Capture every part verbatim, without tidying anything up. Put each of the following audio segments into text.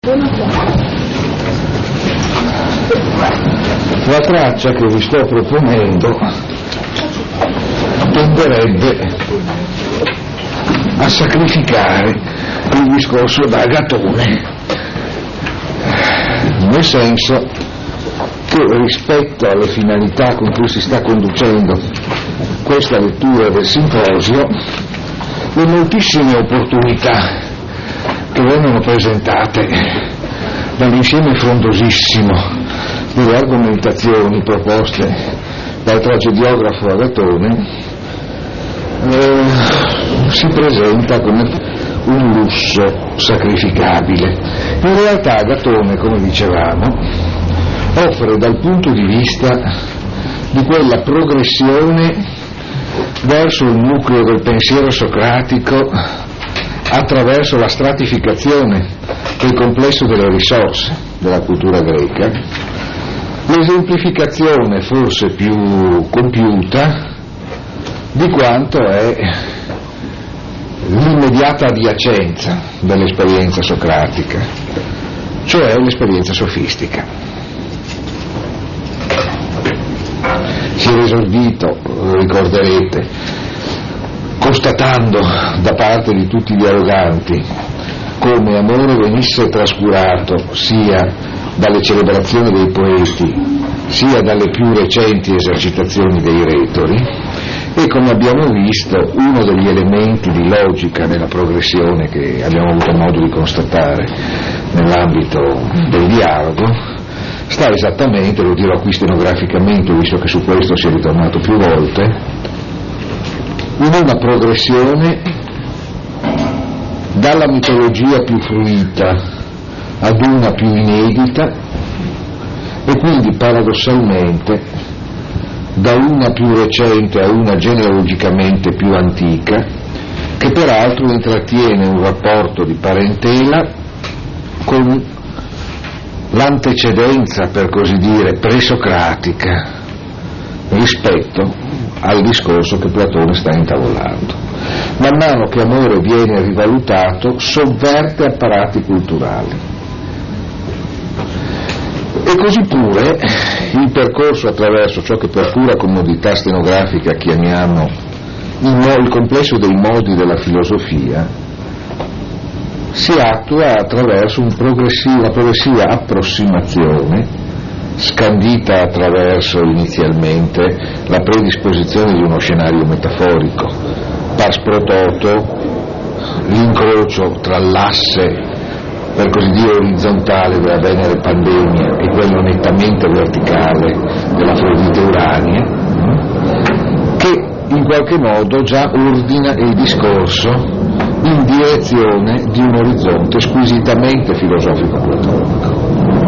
La traccia che vi sto proponendo tenderebbe a sacrificare il discorso da Agatone, nel senso che rispetto alle finalità con cui si sta conducendo questa lettura del simposio, le moltissime opportunità che vengono presentate dall'insieme frondosissimo delle argomentazioni proposte dal tragediografo Agatone eh, si presenta come un lusso sacrificabile. In realtà Agatone, come dicevamo, offre dal punto di vista di quella progressione verso il nucleo del pensiero socratico attraverso la stratificazione del complesso delle risorse della cultura greca, l'esemplificazione forse più compiuta di quanto è l'immediata adiacenza dell'esperienza socratica, cioè l'esperienza sofistica. Si è esordito, ricorderete, constatando da parte di tutti i dialoganti come amore venisse trascurato sia dalle celebrazioni dei poeti sia dalle più recenti esercitazioni dei retori, e come abbiamo visto uno degli elementi di logica nella progressione che abbiamo avuto modo di constatare nell'ambito del dialogo sta esattamente, lo dirò qui stenograficamente visto che su questo si è ritornato più volte, in una progressione dalla mitologia più fruita ad una più inedita e quindi paradossalmente da una più recente a una genealogicamente più antica, che peraltro intrattiene un rapporto di parentela con l'antecedenza, per così dire, presocratica rispetto al discorso che Platone sta intavolando. Man mano che amore viene rivalutato, sovverte apparati culturali. E così pure il percorso attraverso ciò che per pura comodità stenografica chiamiamo il, il complesso dei modi della filosofia si attua attraverso un progressivo, una progressiva approssimazione scandita attraverso inizialmente la predisposizione di uno scenario metaforico, pars pro toto, l'incrocio tra l'asse per così dire orizzontale della Venere Pandemia e quello nettamente verticale dell'Afrodite Urania, che in qualche modo già ordina il discorso in direzione di un orizzonte squisitamente filosofico-platonico.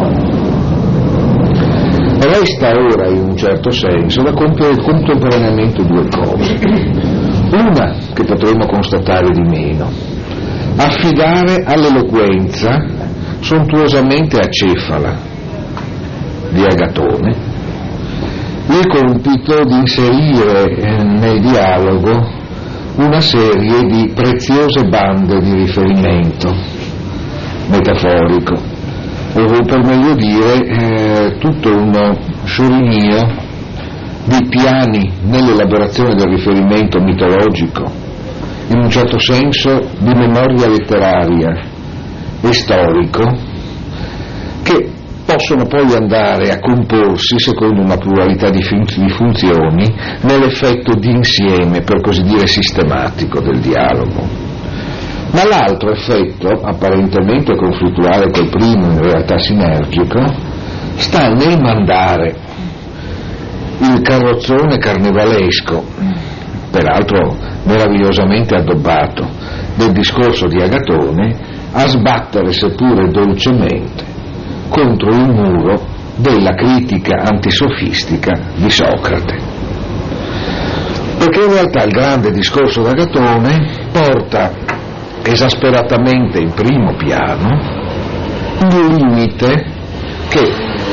Resta ora in un certo senso da compiere contemporaneamente due cose. Una che potremmo constatare di meno: affidare all'eloquenza sontuosamente acefala di Agatone il compito di inserire nel dialogo una serie di preziose bande di riferimento metaforico, o per meglio dire eh, tutto uno sciorinio di piani nell'elaborazione del riferimento mitologico, in un certo senso di memoria letteraria e storico, che possono poi andare a comporsi secondo una pluralità di, fun- di funzioni nell'effetto di insieme, per così dire, sistematico del dialogo. Ma l'altro effetto, apparentemente conflittuale col primo, in realtà sinergico, sta nel mandare il carrozzone carnevalesco, peraltro meravigliosamente addobbato, del discorso di Agatone a sbattere, seppure dolcemente, contro il muro della critica antisofistica di Socrate. Perché in realtà il grande discorso di Agatone porta esasperatamente in primo piano un limite che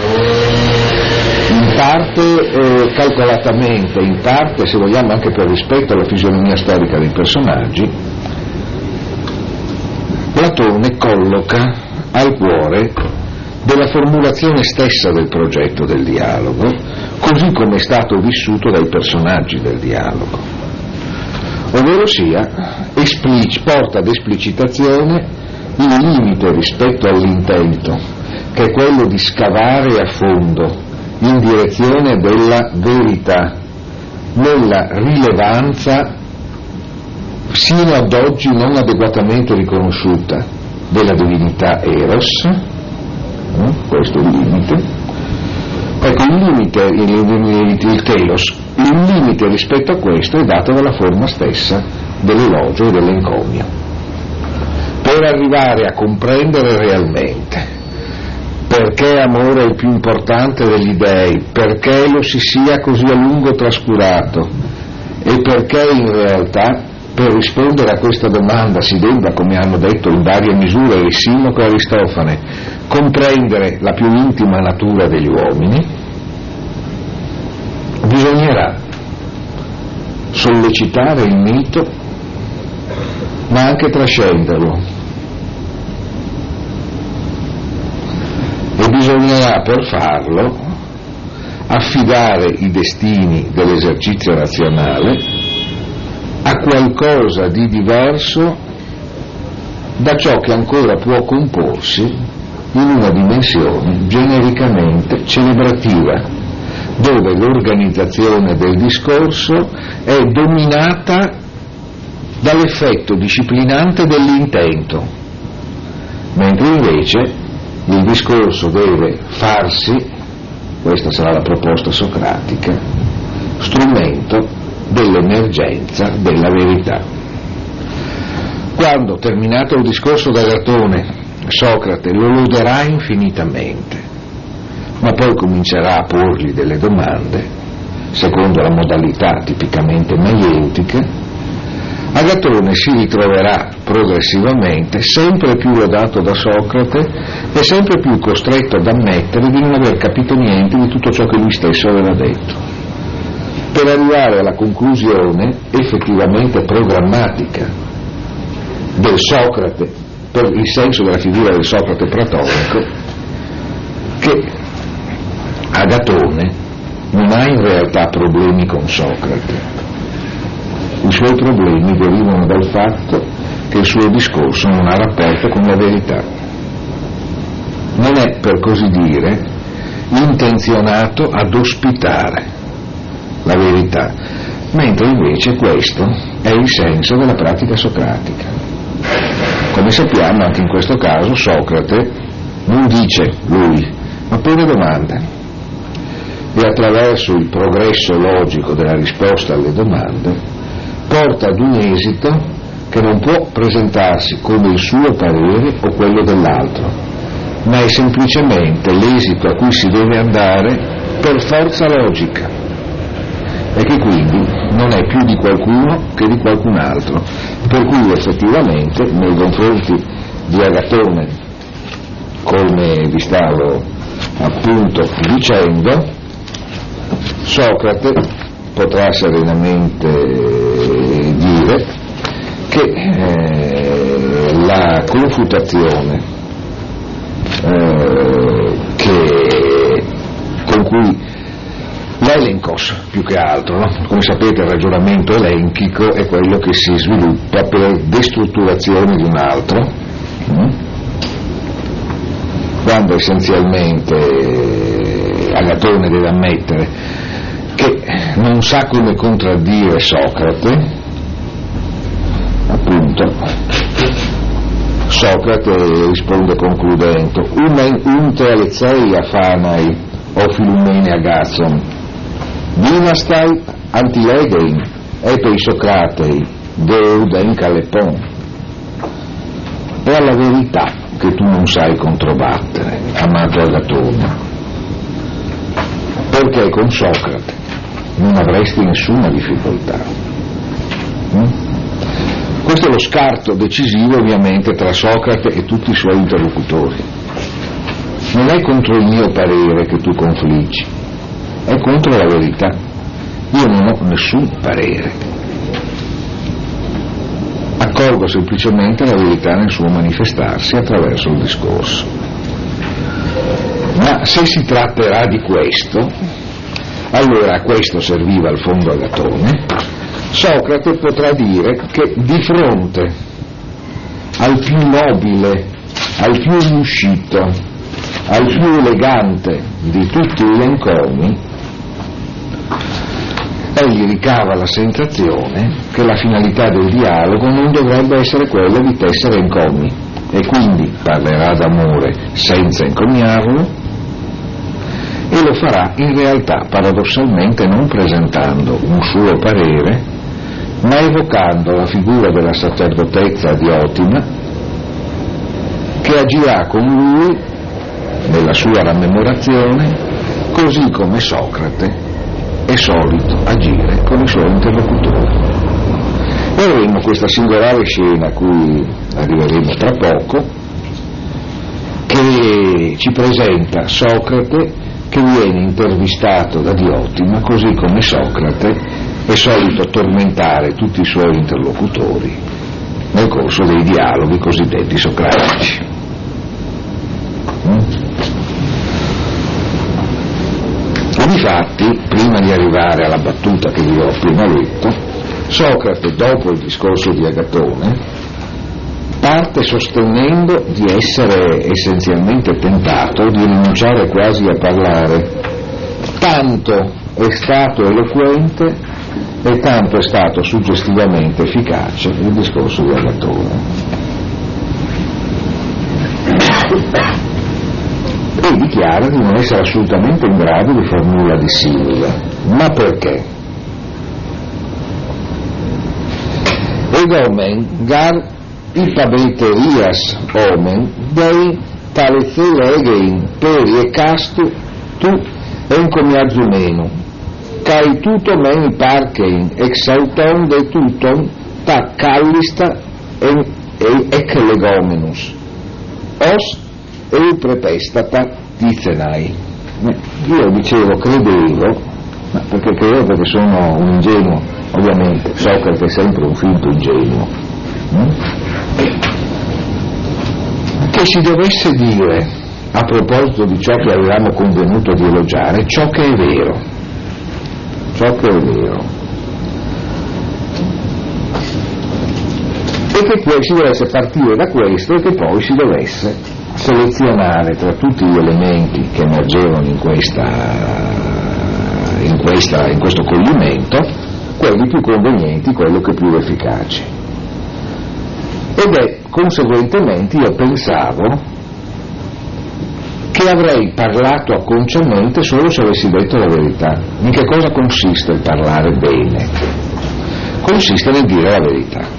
in parte eh, calcolatamente, in parte, se vogliamo, anche per rispetto alla fisionomia storica dei personaggi, Platone colloca al cuore della formulazione stessa del progetto del dialogo, così come è stato vissuto dai personaggi del dialogo, ovvero sia esplic- porta ad esplicitazione il limite rispetto all'intento, che è quello di scavare a fondo in direzione della verità, nella rilevanza sino ad oggi non adeguatamente riconosciuta della divinità Eros. Questo è il limite. Ecco, il limite, il, il, il telos, il limite rispetto a questo è dato dalla forma stessa dell'elogio e dell'encomio. Per arrivare a comprendere realmente perché amore è il più importante degli dei, perché lo si sia così a lungo trascurato e perché in realtà per rispondere a questa domanda si debba, come hanno detto in varie misure il Sinoco e Aristofane, comprendere la più intima natura degli uomini, bisognerà sollecitare il mito ma anche trascenderlo, e bisognerà per farlo affidare i destini dell'esercizio razionale a qualcosa di diverso da ciò che ancora può comporsi in una dimensione genericamente celebrativa, dove l'organizzazione del discorso è dominata dall'effetto disciplinante dell'intento, mentre invece il discorso deve farsi, questa sarà la proposta socratica, strumento dell'emergenza della verità. Quando, terminato il discorso d'Agatone, Socrate lo loderà infinitamente, ma poi comincerà a porgli delle domande, secondo la modalità tipicamente maientica, Agatone si ritroverà progressivamente sempre più lodato da Socrate e sempre più costretto ad ammettere di non aver capito niente di tutto ciò che lui stesso aveva detto, per arrivare alla conclusione effettivamente programmatica del Socrate, per il senso della figura del Socrate platonico, che Agatone non ha in realtà problemi con Socrate. I suoi problemi derivano dal fatto che il suo discorso non ha rapporto con la verità. Non è, per così dire, intenzionato ad ospitare la verità, mentre invece questo è il senso della pratica socratica. Come sappiamo, anche in questo caso Socrate non dice lui, ma pone domande, e attraverso il progresso logico della risposta alle domande porta ad un esito che non può presentarsi come il suo parere o quello dell'altro, ma è semplicemente l'esito a cui si deve andare per forza logica, e che quindi non è più di qualcuno che di qualcun altro, per cui effettivamente nei confronti di Agatone, come vi stavo appunto dicendo, Socrate potrà serenamente dire che eh, la confutazione eh, che, con cui l'elenkos più che altro, no? Come sapete il ragionamento elenchico è quello che si sviluppa per destrutturazione di un altro, mm? quando essenzialmente Agatone deve ammettere che non sa come contraddire Socrate, appunto Socrate risponde concludendo: unte alezei afanai o filumene agazon dinastai antilegein epei Socratei deuden calepon. È alla verità che tu non sai controbattere, amato Agatone, perché con Socrate non avresti nessuna difficoltà. Mm? Questo è lo scarto decisivo ovviamente tra Socrate e tutti i suoi interlocutori. Non è contro il mio parere che tu confliggi, è contro la verità. Io non ho nessun parere. A accolgo semplicemente la verità nel suo manifestarsi attraverso il discorso. Ma se si tratterà di questo, allora a questo serviva al fondo Agatone, Socrate potrà dire che di fronte al più nobile, al più riuscito, al più elegante di tutti gli encomi, egli ricava la sensazione che la finalità del dialogo non dovrebbe essere quella di tessere encomi, e quindi parlerà d'amore senza encomiarlo, e lo farà in realtà paradossalmente non presentando un suo parere, ma evocando la figura della sacerdotessa Diotima, che agirà con lui nella sua rammemorazione così come Socrate è solito agire con i suoi interlocutori. E avremo questa singolare scena a cui arriveremo tra poco, che ci presenta Socrate che viene intervistato da Diotima, così come Socrate è solito tormentare tutti i suoi interlocutori nel corso dei dialoghi cosiddetti socratici. Mm? E difatti, prima di arrivare alla battuta che vi ho appena letto, Socrate, dopo il discorso di Agatone, parte sostenendo di essere essenzialmente tentato di rinunciare quasi a parlare, tanto è stato eloquente e tanto è stato suggestivamente efficace il discorso di Agatone. E dichiara di non essere assolutamente in grado di far nulla di simile. Ma perché? Egomen gar ipabeterias omen dei talezelegein peri e castu tu encomiazumeno kai tuto meni parkein exauton de tuton ta callista e ec legomenus os e prepestata dicenai. Io dicevo, credevo, ma perché credo perché sono un ingenuo, ovviamente Socrate è sempre un finto ingenuo, che si dovesse dire a proposito di ciò che avevamo convenuto di elogiare ciò che è vero, ciò che è vero, e che poi si dovesse partire da questo e che poi si dovesse selezionare tra tutti gli elementi che emergevano in questa, in questa, in questo coglimento, quelli più convenienti, quello che più efficace. Ed è conseguentemente, io pensavo che avrei parlato acconciamente solo se avessi detto la verità. In che cosa consiste il parlare bene? Consiste nel dire la verità.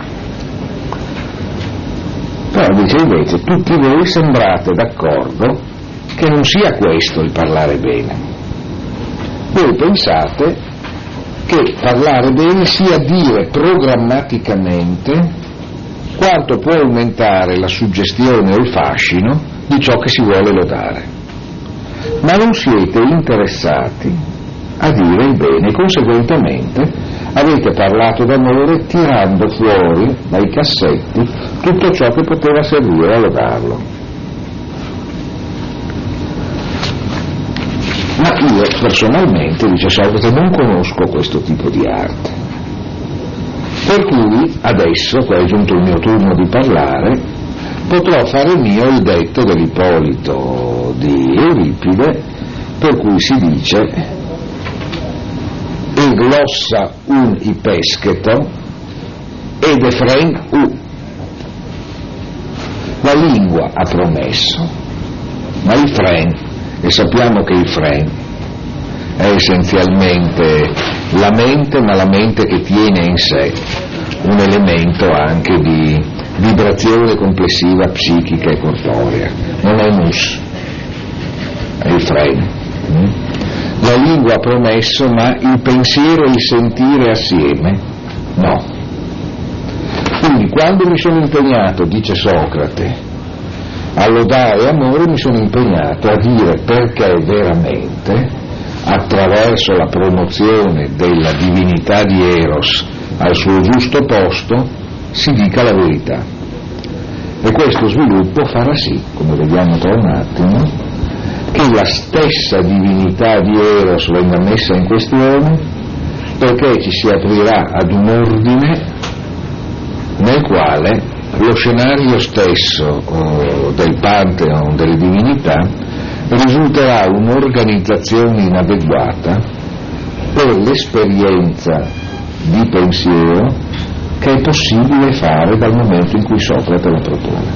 Però dice invece, tutti voi sembrate d'accordo che non sia questo il parlare bene. Voi pensate che parlare bene sia dire programmaticamente quanto può aumentare la suggestione o il fascino di ciò che si vuole lodare, ma non siete interessati a dire il bene, conseguentemente avete parlato d'amore tirando fuori dai cassetti tutto ciò che poteva servire a lodarlo. Ma io personalmente, dice Socrate, non conosco questo tipo di arte, per cui adesso, che è giunto il mio turno di parlare, potrò fare mio il detto dell'Ippolito di Euripide, per cui si dice e glossa un ipescheto ed efren u. La lingua ha promesso, ma il fren, e sappiamo che il fren è essenzialmente la mente, ma la mente che tiene in sé un elemento anche di vibrazione complessiva psichica e corporea, non è mus, è il fren. La lingua ha promesso, ma il pensiero e il sentire assieme no. Quindi quando mi sono impegnato, dice Socrate, a lodare amore, mi sono impegnato a dire perché veramente, attraverso la promozione della divinità di Eros al suo giusto posto, si dica la verità. E questo sviluppo farà sì, come vediamo tra un attimo, che la stessa divinità di Eros venga messa in questione, perché ci si aprirà ad un ordine nel quale lo scenario stesso oh, del Pantheon delle divinità risulterà un'organizzazione inadeguata per l'esperienza di pensiero che è possibile fare dal momento in cui Socrate la propone.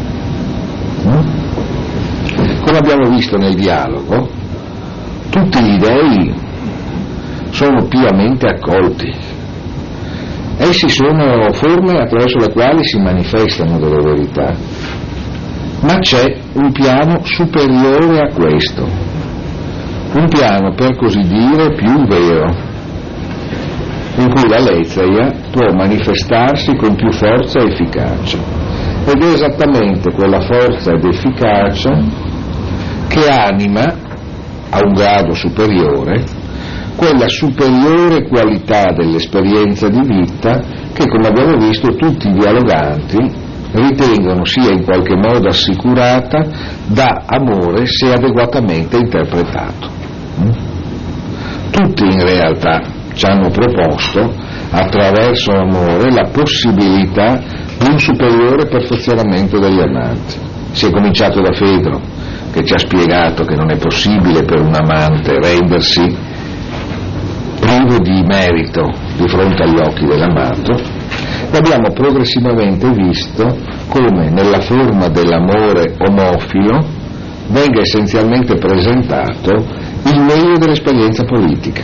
Come abbiamo visto nel dialogo, tutti gli dei sono piamente accolti. Essi sono forme attraverso le quali si manifestano delle verità, ma c'è un piano superiore a questo, un piano per così dire più vero, in cui la Aletheia può manifestarsi con più forza e efficacia, ed è esattamente quella forza ed efficacia che anima a un grado superiore quella superiore qualità dell'esperienza di vita che, come abbiamo visto, tutti i dialoganti ritengono sia in qualche modo assicurata da amore se adeguatamente interpretato. Tutti in realtà ci hanno proposto attraverso amore la possibilità di un superiore perfezionamento degli amanti. Si è cominciato da Fedro, che ci ha spiegato che non è possibile per un amante rendersi privo di merito di fronte agli occhi dell'amato, e abbiamo progressivamente visto come nella forma dell'amore omofilo venga essenzialmente presentato il meglio dell'esperienza politica,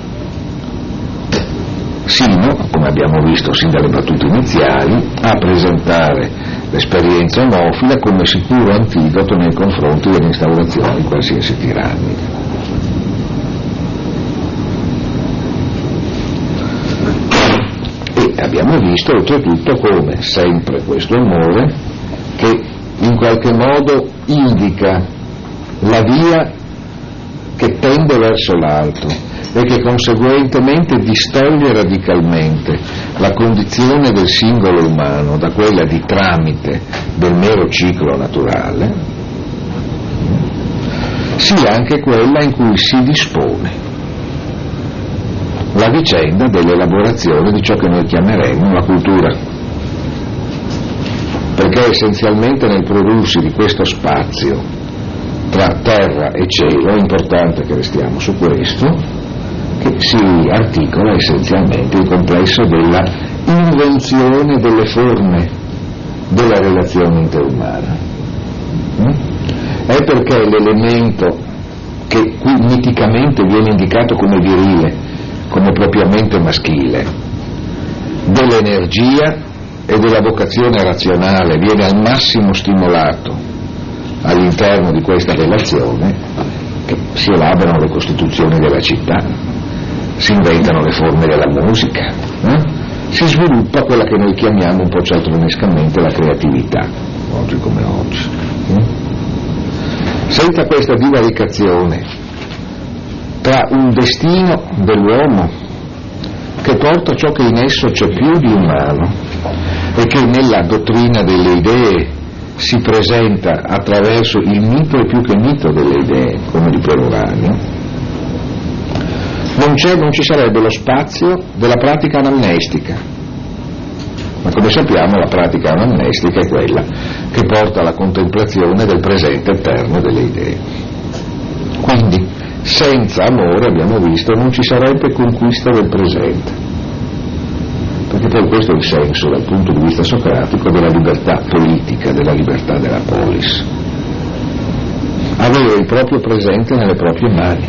sino, come abbiamo visto sin dalle battute iniziali, a presentare l'esperienza omofila come sicuro antidoto nei confronti dell'instaurazione di qualsiasi tirannica. Abbiamo visto oltretutto come sempre questo amore, che in qualche modo indica la via che tende verso l'alto e che conseguentemente distoglie radicalmente la condizione del singolo umano da quella di tramite del mero ciclo naturale, sia anche quella in cui si dispone la vicenda dell'elaborazione di ciò che noi chiameremo la cultura, perché essenzialmente nel prodursi di questo spazio tra terra e cielo, è importante che restiamo su questo, che si articola essenzialmente il complesso della invenzione delle forme della relazione interumana. È perché l'elemento che qui miticamente viene indicato come virile, come propriamente maschile, dell'energia e della vocazione razionale viene al massimo stimolato all'interno di questa relazione, che si elaborano le costituzioni della città, si inventano le forme della musica, eh? si sviluppa quella che noi chiamiamo un po' cialtronescamente la creatività, oggi come oggi. Eh? Senza questa divaricazione tra un destino dell'uomo che porta ciò che in esso c'è più di umano e che nella dottrina delle idee si presenta attraverso il mito e più che mito delle idee, come di Uranio, non, c'è, non ci sarebbe lo spazio della pratica anamnestica, ma come sappiamo la pratica anamnestica è quella che porta alla contemplazione del presente eterno delle idee. Quindi senza amore, abbiamo visto, non ci sarebbe conquista del presente, perché poi questo è il senso dal punto di vista socratico della libertà politica, della libertà della polis, avere il proprio presente nelle proprie mani,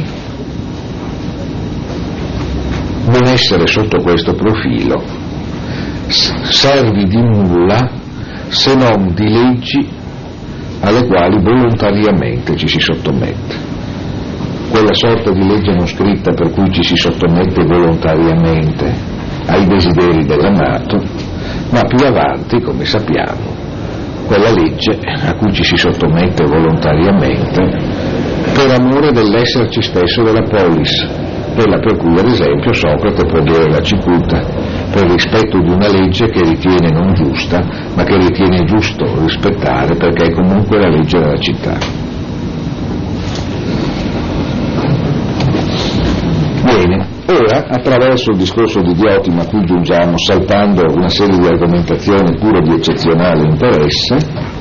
non essere sotto questo profilo servi di nulla se non di leggi alle quali volontariamente ci si sottomette, quella sorta di legge non scritta per cui ci si sottomette volontariamente ai desideri dell'amato, ma più avanti, come sappiamo, quella legge a cui ci si sottomette volontariamente per amore dell'esserci stesso della polis, quella per cui ad esempio Socrate può bere la cicuta per rispetto di una legge che ritiene non giusta, ma che ritiene giusto rispettare perché è comunque la legge della città. Bene, ora attraverso il discorso di Diotimo a cui giungiamo, saltando una serie di argomentazioni pure di eccezionale interesse,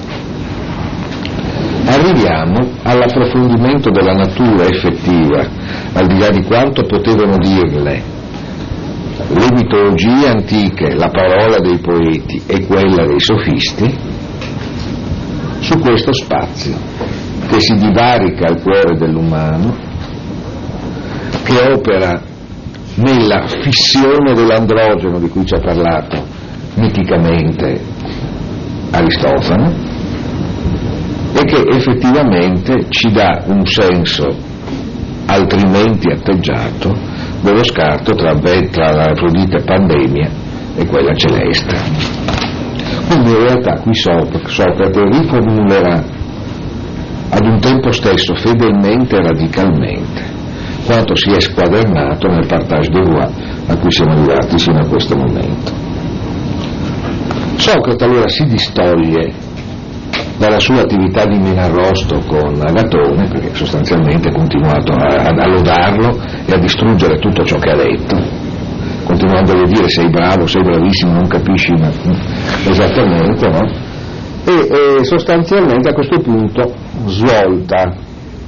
arriviamo all'approfondimento della natura effettiva, al di là di quanto potevano dirle le mitologie antiche, la parola dei poeti e quella dei sofisti, su questo spazio che si divarica al cuore dell'umano, che opera nella fissione dell'androgeno di cui ci ha parlato miticamente Aristofane e che effettivamente ci dà un senso altrimenti atteggiato dello scarto tra, tra l'Afrodite pandemia e quella celeste. Quindi in realtà qui Socrate riformulerà ad un tempo stesso fedelmente e radicalmente quanto si è squadernato nel Partage des Rois a cui siamo arrivati fino a questo momento. Socrate allora si distoglie dalla sua attività di menarrosto con Agatone, perché sostanzialmente ha continuato a, a lodarlo e a distruggere tutto ciò che ha detto, continuando a dire sei bravo, sei bravissimo, non capisci ma, esattamente, no? E, e sostanzialmente a questo punto svolta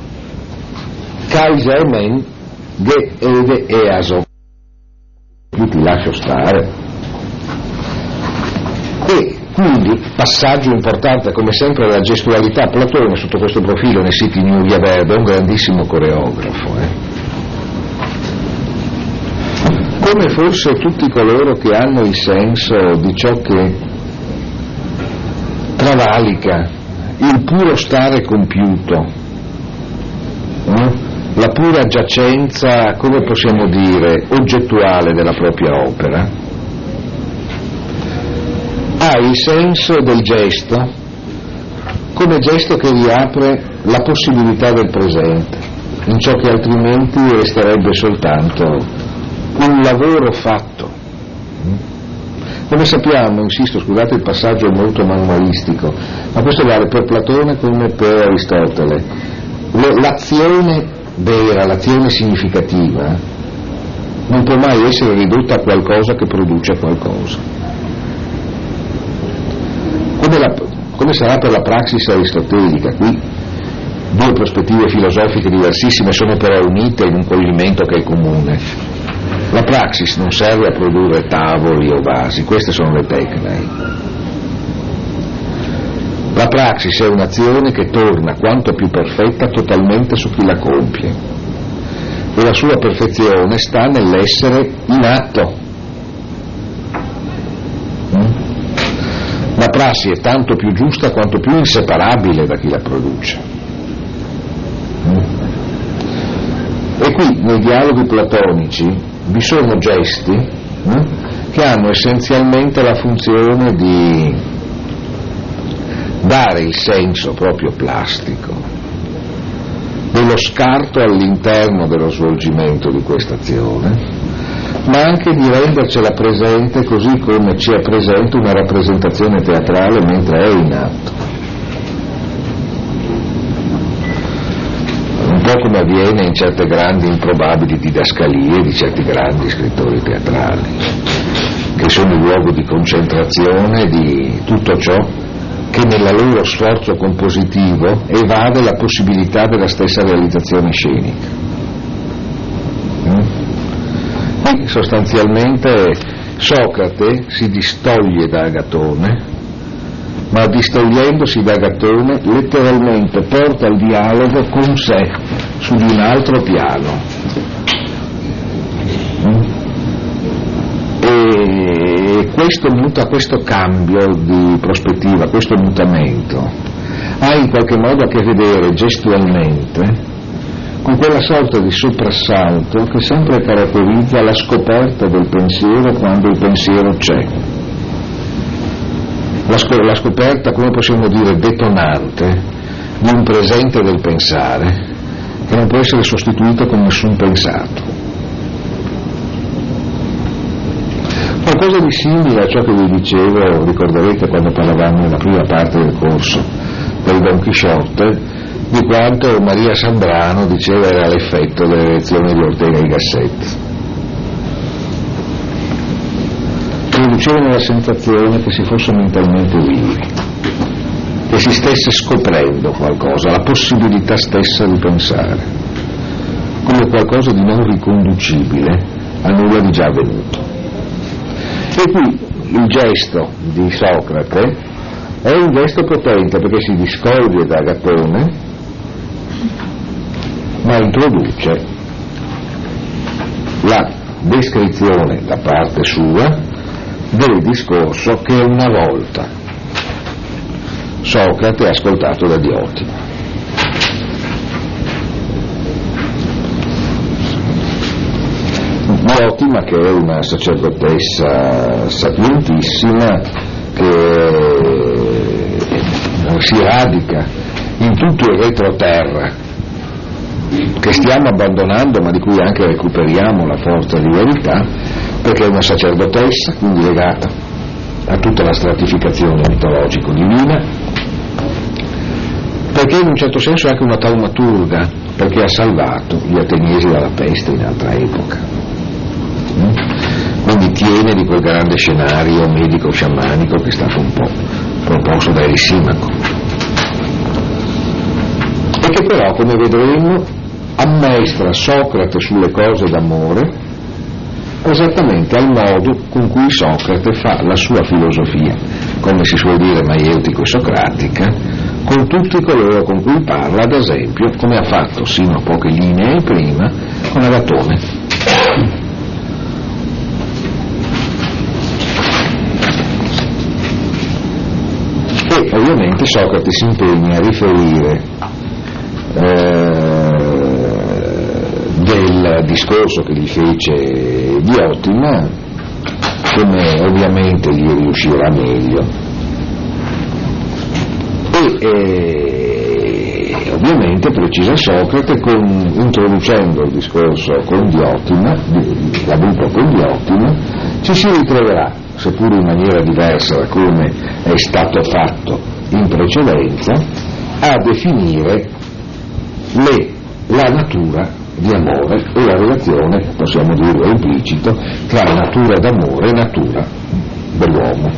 Kaisermen ge ede easo, più ti lascio stare. E quindi passaggio importante come sempre della gestualità. Platone sotto questo profilo nei siti New Via Verba è un grandissimo coreografo, eh? Come forse tutti coloro che hanno il senso di ciò che travalica il puro stare compiuto, eh? La pura giacenza, come possiamo dire, oggettuale della propria opera, ha il senso del gesto come gesto che riapre la possibilità del presente in ciò che altrimenti resterebbe soltanto un lavoro fatto. Come sappiamo, insisto, scusate il passaggio è molto manualistico, ma questo vale per Platone come per Aristotele, l'azione vera, l'azione significativa non può mai essere ridotta a qualcosa che produce qualcosa. Come, la, come sarà per la praxis aristotelica, qui due prospettive filosofiche diversissime sono però unite in un coglimento che è comune. La praxis non serve a produrre tavoli o vasi, queste sono le tecnei. La praxis è un'azione che torna quanto più perfetta totalmente su chi la compie e la sua perfezione sta nell'essere in atto. La prassi è tanto più giusta quanto più inseparabile da chi la produce. E qui nei dialoghi platonici vi sono gesti che hanno essenzialmente la funzione di dare il senso proprio plastico dello scarto all'interno dello svolgimento di questa azione, ma anche di rendercela presente così come ci è presente una rappresentazione teatrale mentre è in atto. Un po' come avviene in certe grandi improbabili didascalie di certi grandi scrittori teatrali, che sono il luogo di concentrazione di tutto ciò che nella loro sforzo compositivo evade la possibilità della stessa realizzazione scenica. Mm? E sostanzialmente Socrate si distoglie da Agatone, ma distogliendosi da Agatone letteralmente porta il dialogo con sé su di un altro piano. Mm? E questo muta, questo cambio di prospettiva, questo mutamento ha in qualche modo a che vedere gestualmente con quella sorta di soprassalto che sempre caratterizza la scoperta del pensiero quando il pensiero c'è. La, sc- la scoperta, come possiamo dire, detonante di un presente del pensare che non può essere sostituito con nessun pensato. Qualcosa di simile a ciò che vi dicevo, ricorderete quando parlavamo nella prima parte del corso del Don Chisciotte, di quanto Maria Sambrano diceva era l'effetto dell'elezione di Ortega y Gasset. Producevano la sensazione che si fosse mentalmente vivi, che si stesse scoprendo qualcosa, la possibilità stessa di pensare, come qualcosa di non riconducibile a nulla di già avvenuto. E qui il gesto di Socrate è un gesto potente perché si discoglie da Agatone, ma introduce la descrizione da parte sua del discorso che una volta Socrate ha ascoltato da Diotima. Diotima, che è una sacerdotessa sapientissima che si radica in tutto il retroterra che stiamo abbandonando ma di cui anche recuperiamo la forza di verità, perché è una sacerdotessa, quindi legata a tutta la stratificazione mitologico-divina, perché in un certo senso è anche una taumaturga, perché ha salvato gli ateniesi dalla peste in altra epoca. Quindi tiene di quel grande scenario medico-sciamanico che è stato un po' proposto da Erisimaco, e che però, come vedremo, ammaestra Socrate sulle cose d'amore esattamente al modo con cui Socrate fa la sua filosofia, come si suol dire maieutico-socratica, con tutti coloro con cui parla, ad esempio, come ha fatto sino a poche linee prima con Agatone. E ovviamente Socrate si impegna a riferire eh, del discorso che gli fece Diotima, come ovviamente gli riuscirà meglio, e eh, ovviamente precisa Socrate con, introducendo il discorso con Diotima, l'avuto con Diotima, ci si ritroverà, seppur in maniera diversa da come è stato fatto in precedenza, a definire le, la natura di amore e la relazione, possiamo dire implicito, tra natura d'amore e natura dell'uomo.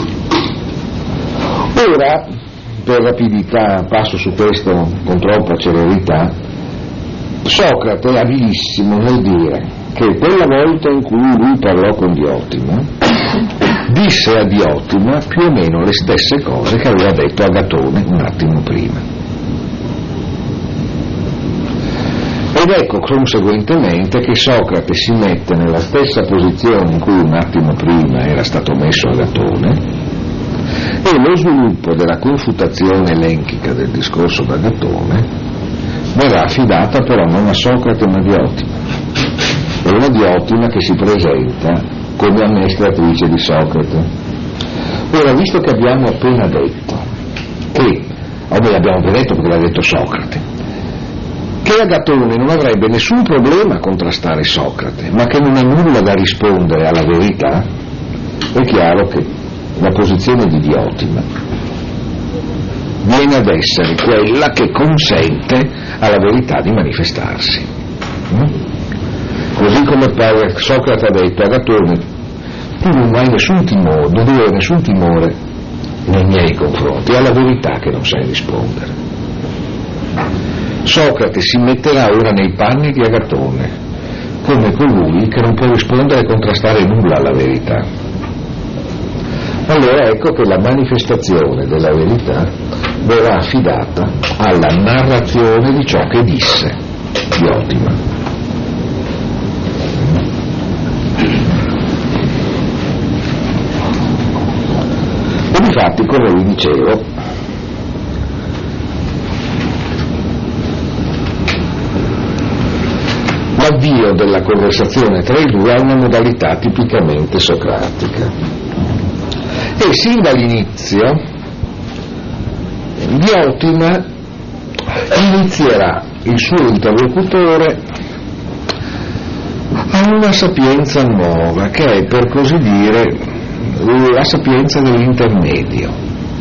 Ora, per rapidità, passo su questo con troppa celerità. Socrate è abilissimo nel dire che quella volta in cui lui parlò con Diotima, disse a Diotima più o meno le stesse cose che aveva detto Agatone un attimo prima. Ed ecco conseguentemente che Socrate si mette nella stessa posizione in cui un attimo prima era stato messo Agatone, e lo sviluppo della confutazione elenchica del discorso d'Agatone verrà affidata però non a Socrate ma a Diotima. È una Diotima che si presenta come amministratrice di Socrate. Ora, visto che abbiamo appena detto che, vabbè, abbiamo appena detto perché l'ha detto Socrate, che Agatone non avrebbe nessun problema a contrastare Socrate, ma che non ha nulla da rispondere alla verità, è chiaro che la posizione di Diotima viene ad essere quella che consente alla verità di manifestarsi. Così come Socrate ha detto a Agatone: tu non hai nessun timore, non devi avere nessun timore nei miei confronti, è alla verità che non sai rispondere. Socrate si metterà ora nei panni di Agatone, come colui che non può rispondere e contrastare nulla alla verità. Allora ecco che la manifestazione della verità verrà affidata alla narrazione di ciò che disse Diotima. E difatti, come vi dicevo, l'avvio della conversazione tra i due ha una modalità tipicamente socratica. E sin dall'inizio Diotima inizierà il suo interlocutore a una sapienza nuova, che è, per così dire, la sapienza dell'intermedio.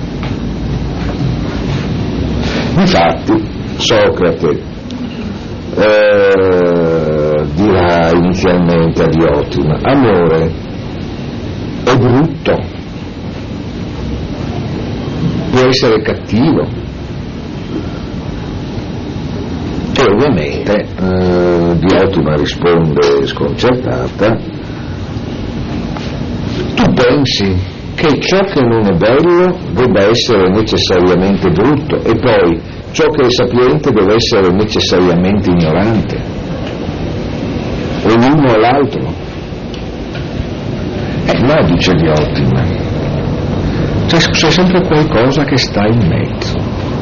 Infatti Socrate eh, dirà inizialmente a Diotima: amore è brutto, può essere cattivo, e ovviamente eh, Diotima risponde sconcertata: tu pensi che ciò che non è bello debba essere necessariamente brutto, e poi ciò che è sapiente deve essere necessariamente ignorante, o l'uno o l'altro? Eh no, dice Diotima, c'è, c'è sempre qualcosa che sta in mezzo.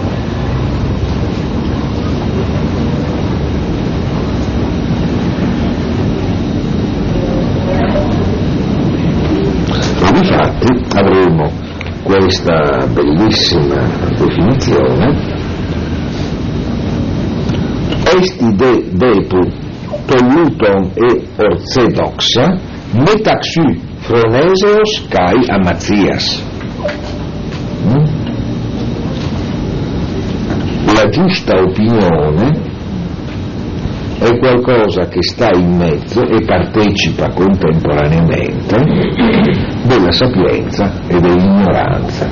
E difatti avremo questa bellissima definizione: esti de depu tolluton e orthodoxa metaxu phroneseos kai amazias. La giusta opinione è qualcosa che sta in mezzo e partecipa contemporaneamente della sapienza e dell'ignoranza.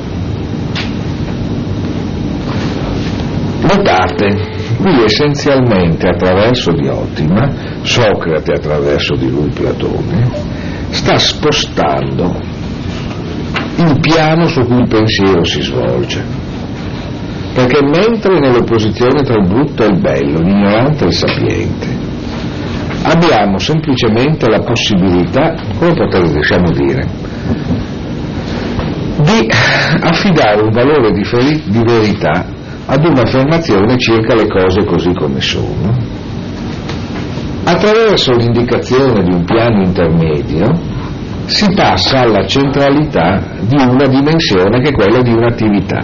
Notate, qui essenzialmente attraverso Diotima, Socrate attraverso di lui Platone, sta spostando il piano su cui il pensiero si svolge, perché mentre nell'opposizione tra il brutto e il bello, l'ignorante e il sapiente, abbiamo semplicemente la possibilità, come potete diciamo dire, di affidare un valore di, feri- di verità ad un'affermazione circa le cose così come sono, attraverso l'indicazione di un piano intermedio si passa alla centralità di una dimensione che è quella di un'attività.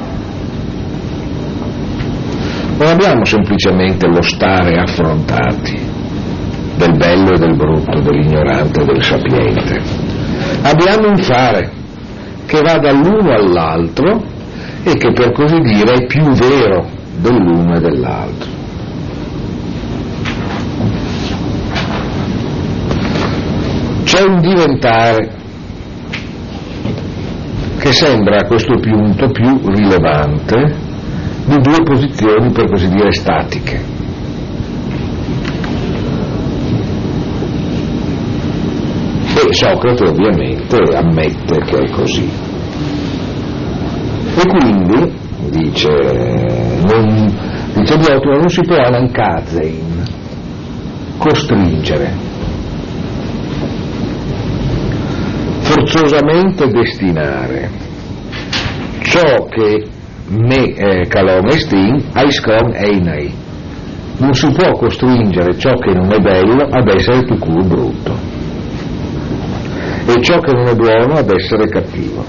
Non abbiamo semplicemente lo stare affrontati del bello e del brutto, dell'ignorante e del sapiente. Abbiamo un fare che va dall'uno all'altro e che, per così dire, è più vero dell'uno e dell'altro. C'è un diventare che sembra a questo punto più rilevante di due posizioni, per così dire, statiche. E Socrate ovviamente ammette che è così. E quindi, dice, non, dice Diotima, non si può anankazein, costringere, forzosamente destinare ciò che me eh, calom estin aiskrom einai. Non si può costringere ciò che non è bello ad essere tucur brutto e ciò che non è buono ad essere cattivo.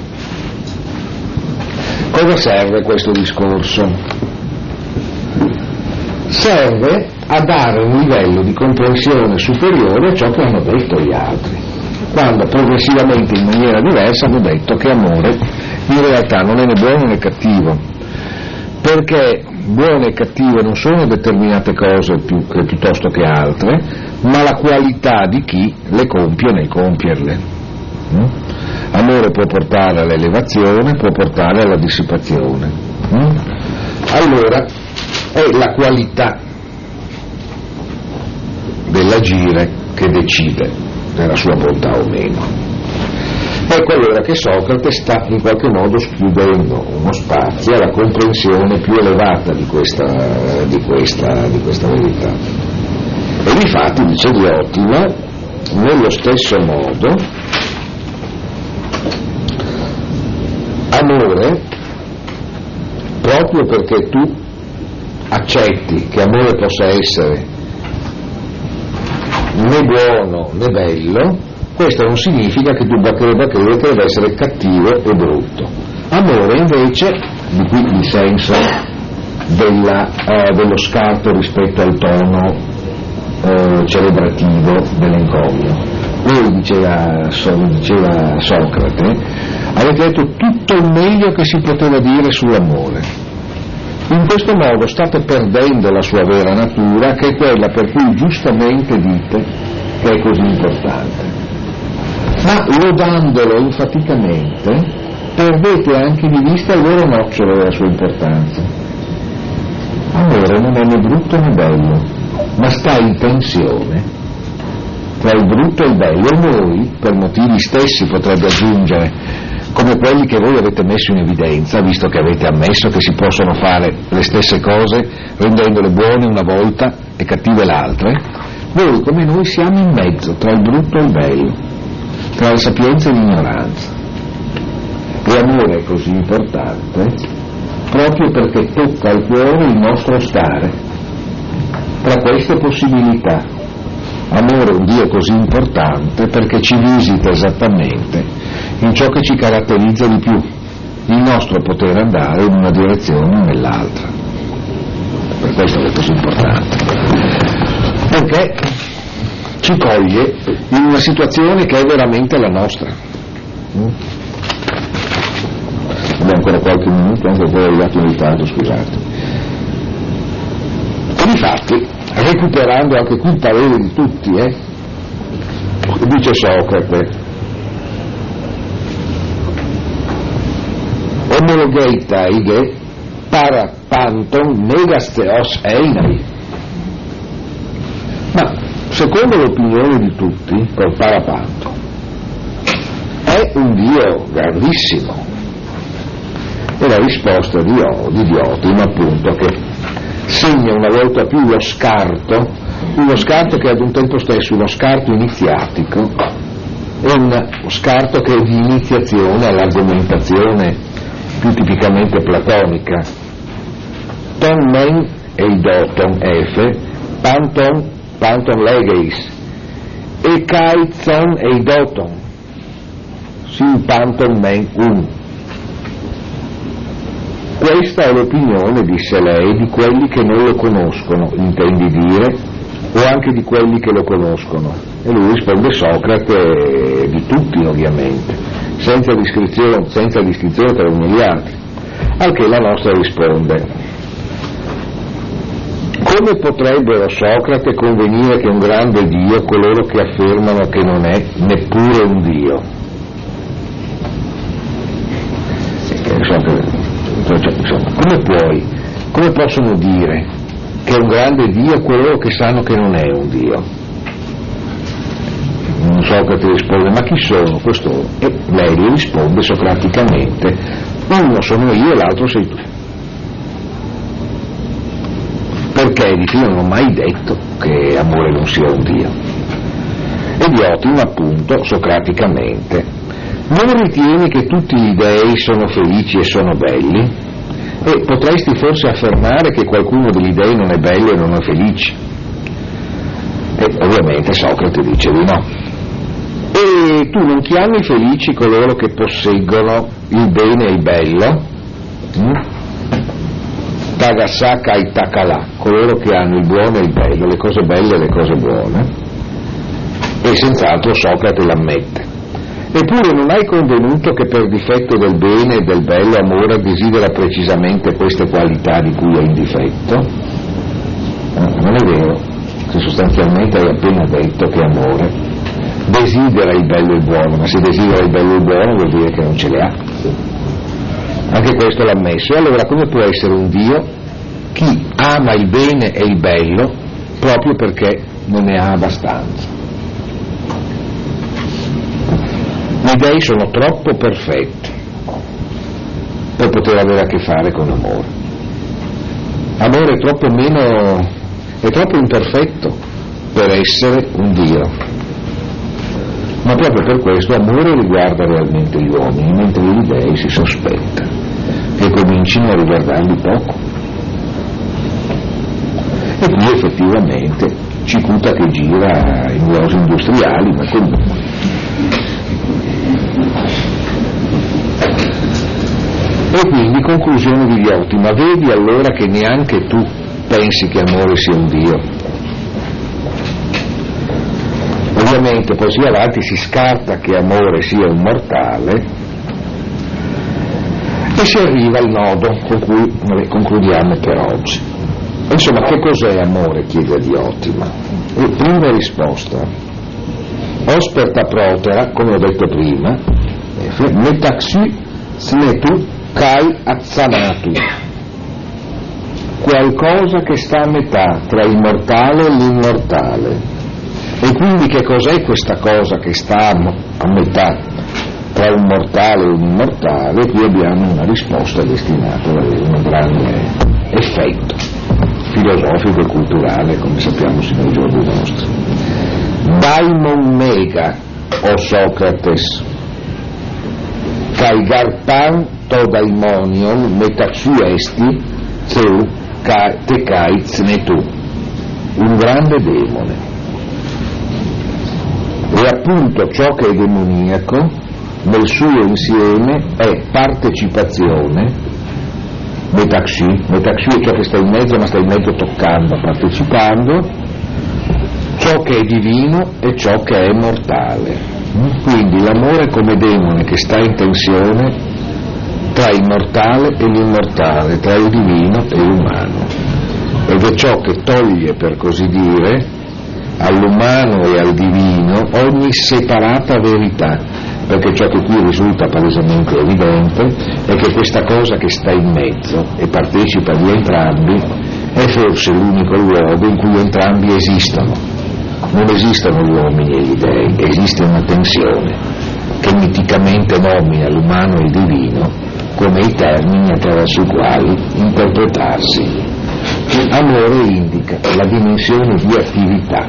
Cosa serve questo discorso? Serve a dare un livello di comprensione superiore a ciò che hanno detto gli altri, quando progressivamente in maniera diversa hanno detto che amore in realtà non è né buono né cattivo, perché buone e cattive non sono determinate cose più, che, piuttosto che altre, ma la qualità di chi le compie nel compierle. Mm? Amore può portare all'elevazione, può portare alla dissipazione. Mm? Allora è la qualità dell'agire che decide nella sua bontà o meno. Ecco allora che Socrate sta in qualche modo schiudendo uno spazio alla comprensione più elevata di questa, di questa, di questa verità. E difatti, dice Diotima, nello stesso modo, amore, proprio perché tu accetti che amore possa essere né buono né bello, questo non significa che tu debba credere che deve essere cattivo e brutto. Amore invece, di qui il senso della, eh, dello scarto rispetto al tono eh, celebrativo dell'encomio. Voi, diceva, so, diceva Socrate, avete detto tutto il meglio che si poteva dire sull'amore. In questo modo state perdendo la sua vera natura, che è quella per cui giustamente dite che è così importante. Ma lodandolo enfaticamente perdete anche di vista il vero nocciolo della sua importanza. Amore non è né brutto né bello, ma sta in tensione tra il brutto e il bello, e noi, per motivi stessi potrebbe aggiungere, come quelli che voi avete messo in evidenza, visto che avete ammesso che si possono fare le stesse cose rendendole buone una volta e cattive l'altra, voi come noi siamo in mezzo tra il brutto e il bello, tra la sapienza e l'ignoranza. E l'amore è così importante proprio perché tocca al cuore il nostro stare tra queste possibilità. Amore è un Dio così importante perché ci visita esattamente in ciò che ci caratterizza di più, il nostro poter andare in una direzione o nell'altra. Per questo è così importante, perché ci coglie in una situazione che è veramente la nostra. Abbiamo ancora qualche minuto, anche poi è arrivato in ritardo, scusate. E difatti, recuperando anche qui il parere di tutti, eh, dice Socrate, omologeita ige para panton megasteos einai. Ma secondo l'opinione di tutti, per Parapanto è un Dio grandissimo. E la risposta di, di Diotimo, appunto, che segna una volta più lo scarto, uno scarto che è ad un tempo stesso uno scarto iniziatico e uno scarto che è di iniziazione all'argomentazione più tipicamente platonica. Ton men eidoton efe, panton, panton legeis, e caizon eidoton, sin panton men un. Questa è l'opinione, disse lei, di quelli che non lo conoscono, intendi dire, o anche di quelli che lo conoscono. E lui risponde Socrate di tutti, ovviamente, senza distinzione, senza distinzione tra uno e gli altri. Al che la nostra risponde: come potrebbero, Socrate, convenire che un grande Dio coloro che affermano che non è neppure un Dio? Insomma, come puoi, come possono dire che è un grande Dio coloro che sanno che non è un Dio? Non so che ti risponde, ma chi sono costoro? E lei gli risponde socraticamente: uno sono io e l'altro sei tu. Perché dice: io non ho mai detto che amore non sia un Dio. E Diotimo, appunto, socraticamente: non ritieni che tutti gli dei sono felici e sono belli? E potresti forse affermare che qualcuno degli dei non è bello e non è felice? E ovviamente Socrate dice di no. E tu non chiami felici coloro che posseggono il bene e il bello? Tagasaka e Takala, coloro che hanno il buono e il bello, le cose belle e le cose buone. E senz'altro Socrate l'ammette. Eppure non hai convenuto che per difetto del bene e del bello amore desidera precisamente queste qualità di cui è in difetto? No, non è vero, se sostanzialmente hai appena detto che amore desidera il bello e il buono, ma se desidera il bello e il buono vuol dire che non ce le ha. Anche questo l'ha ammesso. E allora come può essere un Dio chi ama il bene e il bello proprio perché non ne ha abbastanza? Gli dei sono troppo perfetti per poter avere a che fare con amore. Amore è troppo meno, è troppo imperfetto per essere un Dio. Ma proprio per questo amore riguarda realmente gli uomini, mentre gli dei si sospetta che comincino a riguardarli poco. E qui effettivamente Cicuta che gira in usi industriali, ma comunque. E quindi, conclusione di Diotimo: vedi allora che neanche tu pensi che amore sia un Dio. ovviamente poi si avanti si scarta che amore sia un mortale e si arriva al nodo con cui vabbè, concludiamo per oggi. Insomma, che cos'è amore? Chiede a Diotima. E prima risposta: osperta protera, come ho detto prima, metaxu snetu kai azzanatu, qualcosa che sta a metà tra il mortale e l'immortale. E quindi che cos'è questa cosa che sta a metà tra un mortale e un immortale? Qui abbiamo una risposta destinata ad avere un grande effetto filosofico e culturale, come sappiamo sino ai giorni nostri. Daimon mega, o Socrates, kai garpan to daimonion metaxu esti zeu te kai znetu, un grande demone. E appunto ciò che è demoniaco nel suo insieme è partecipazione, metaxi, metaxi è ciò che sta in mezzo, ma sta in mezzo toccando, partecipando, ciò che è divino e ciò che è mortale. Quindi l'amore come demone che sta in tensione tra il mortale e l'immortale, tra il divino e l'umano, ed è ciò che toglie, per così dire, all'umano e al divino ogni separata verità, perché ciò che qui risulta palesemente evidente è che questa cosa che sta in mezzo e partecipa di entrambi è forse l'unico luogo in cui entrambi esistono. Non esistono gli uomini e gli dei, esiste una tensione che miticamente nomina l'umano e il divino come i termini attraverso i quali interpretarsi. Amore indica la dimensione di attività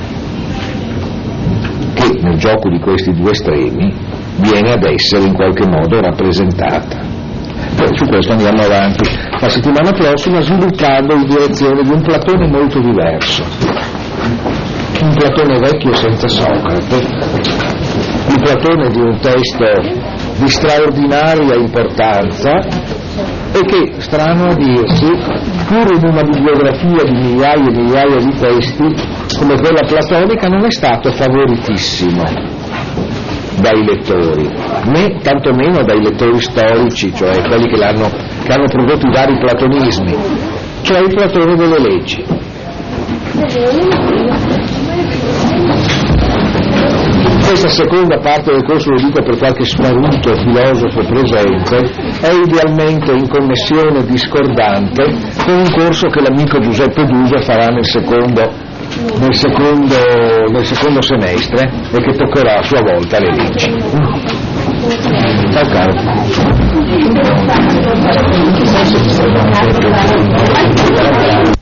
che nel gioco di questi due estremi viene ad essere in qualche modo rappresentata. Poi su questo andiamo avanti la settimana prossima, sviluppando in direzione di un Platone molto diverso, un Platone vecchio senza Socrate, un Platone di un testo di straordinaria importanza e che, strano a dirsi, pur in una bibliografia di migliaia e migliaia di testi come quella platonica, non è stato favoritissimo dai lettori, né tantomeno dai lettori storici, cioè quelli che, l'hanno, che hanno prodotto i vari platonismi, cioè il Platone delle leggi. Questa seconda parte del corso, lo dico per qualche sparuto filosofo presente, è idealmente in connessione discordante con un corso che l'amico Giuseppe Dusa farà nel secondo, nel secondo, nel secondo semestre e che toccherà a sua volta le leggi. Ciao caro.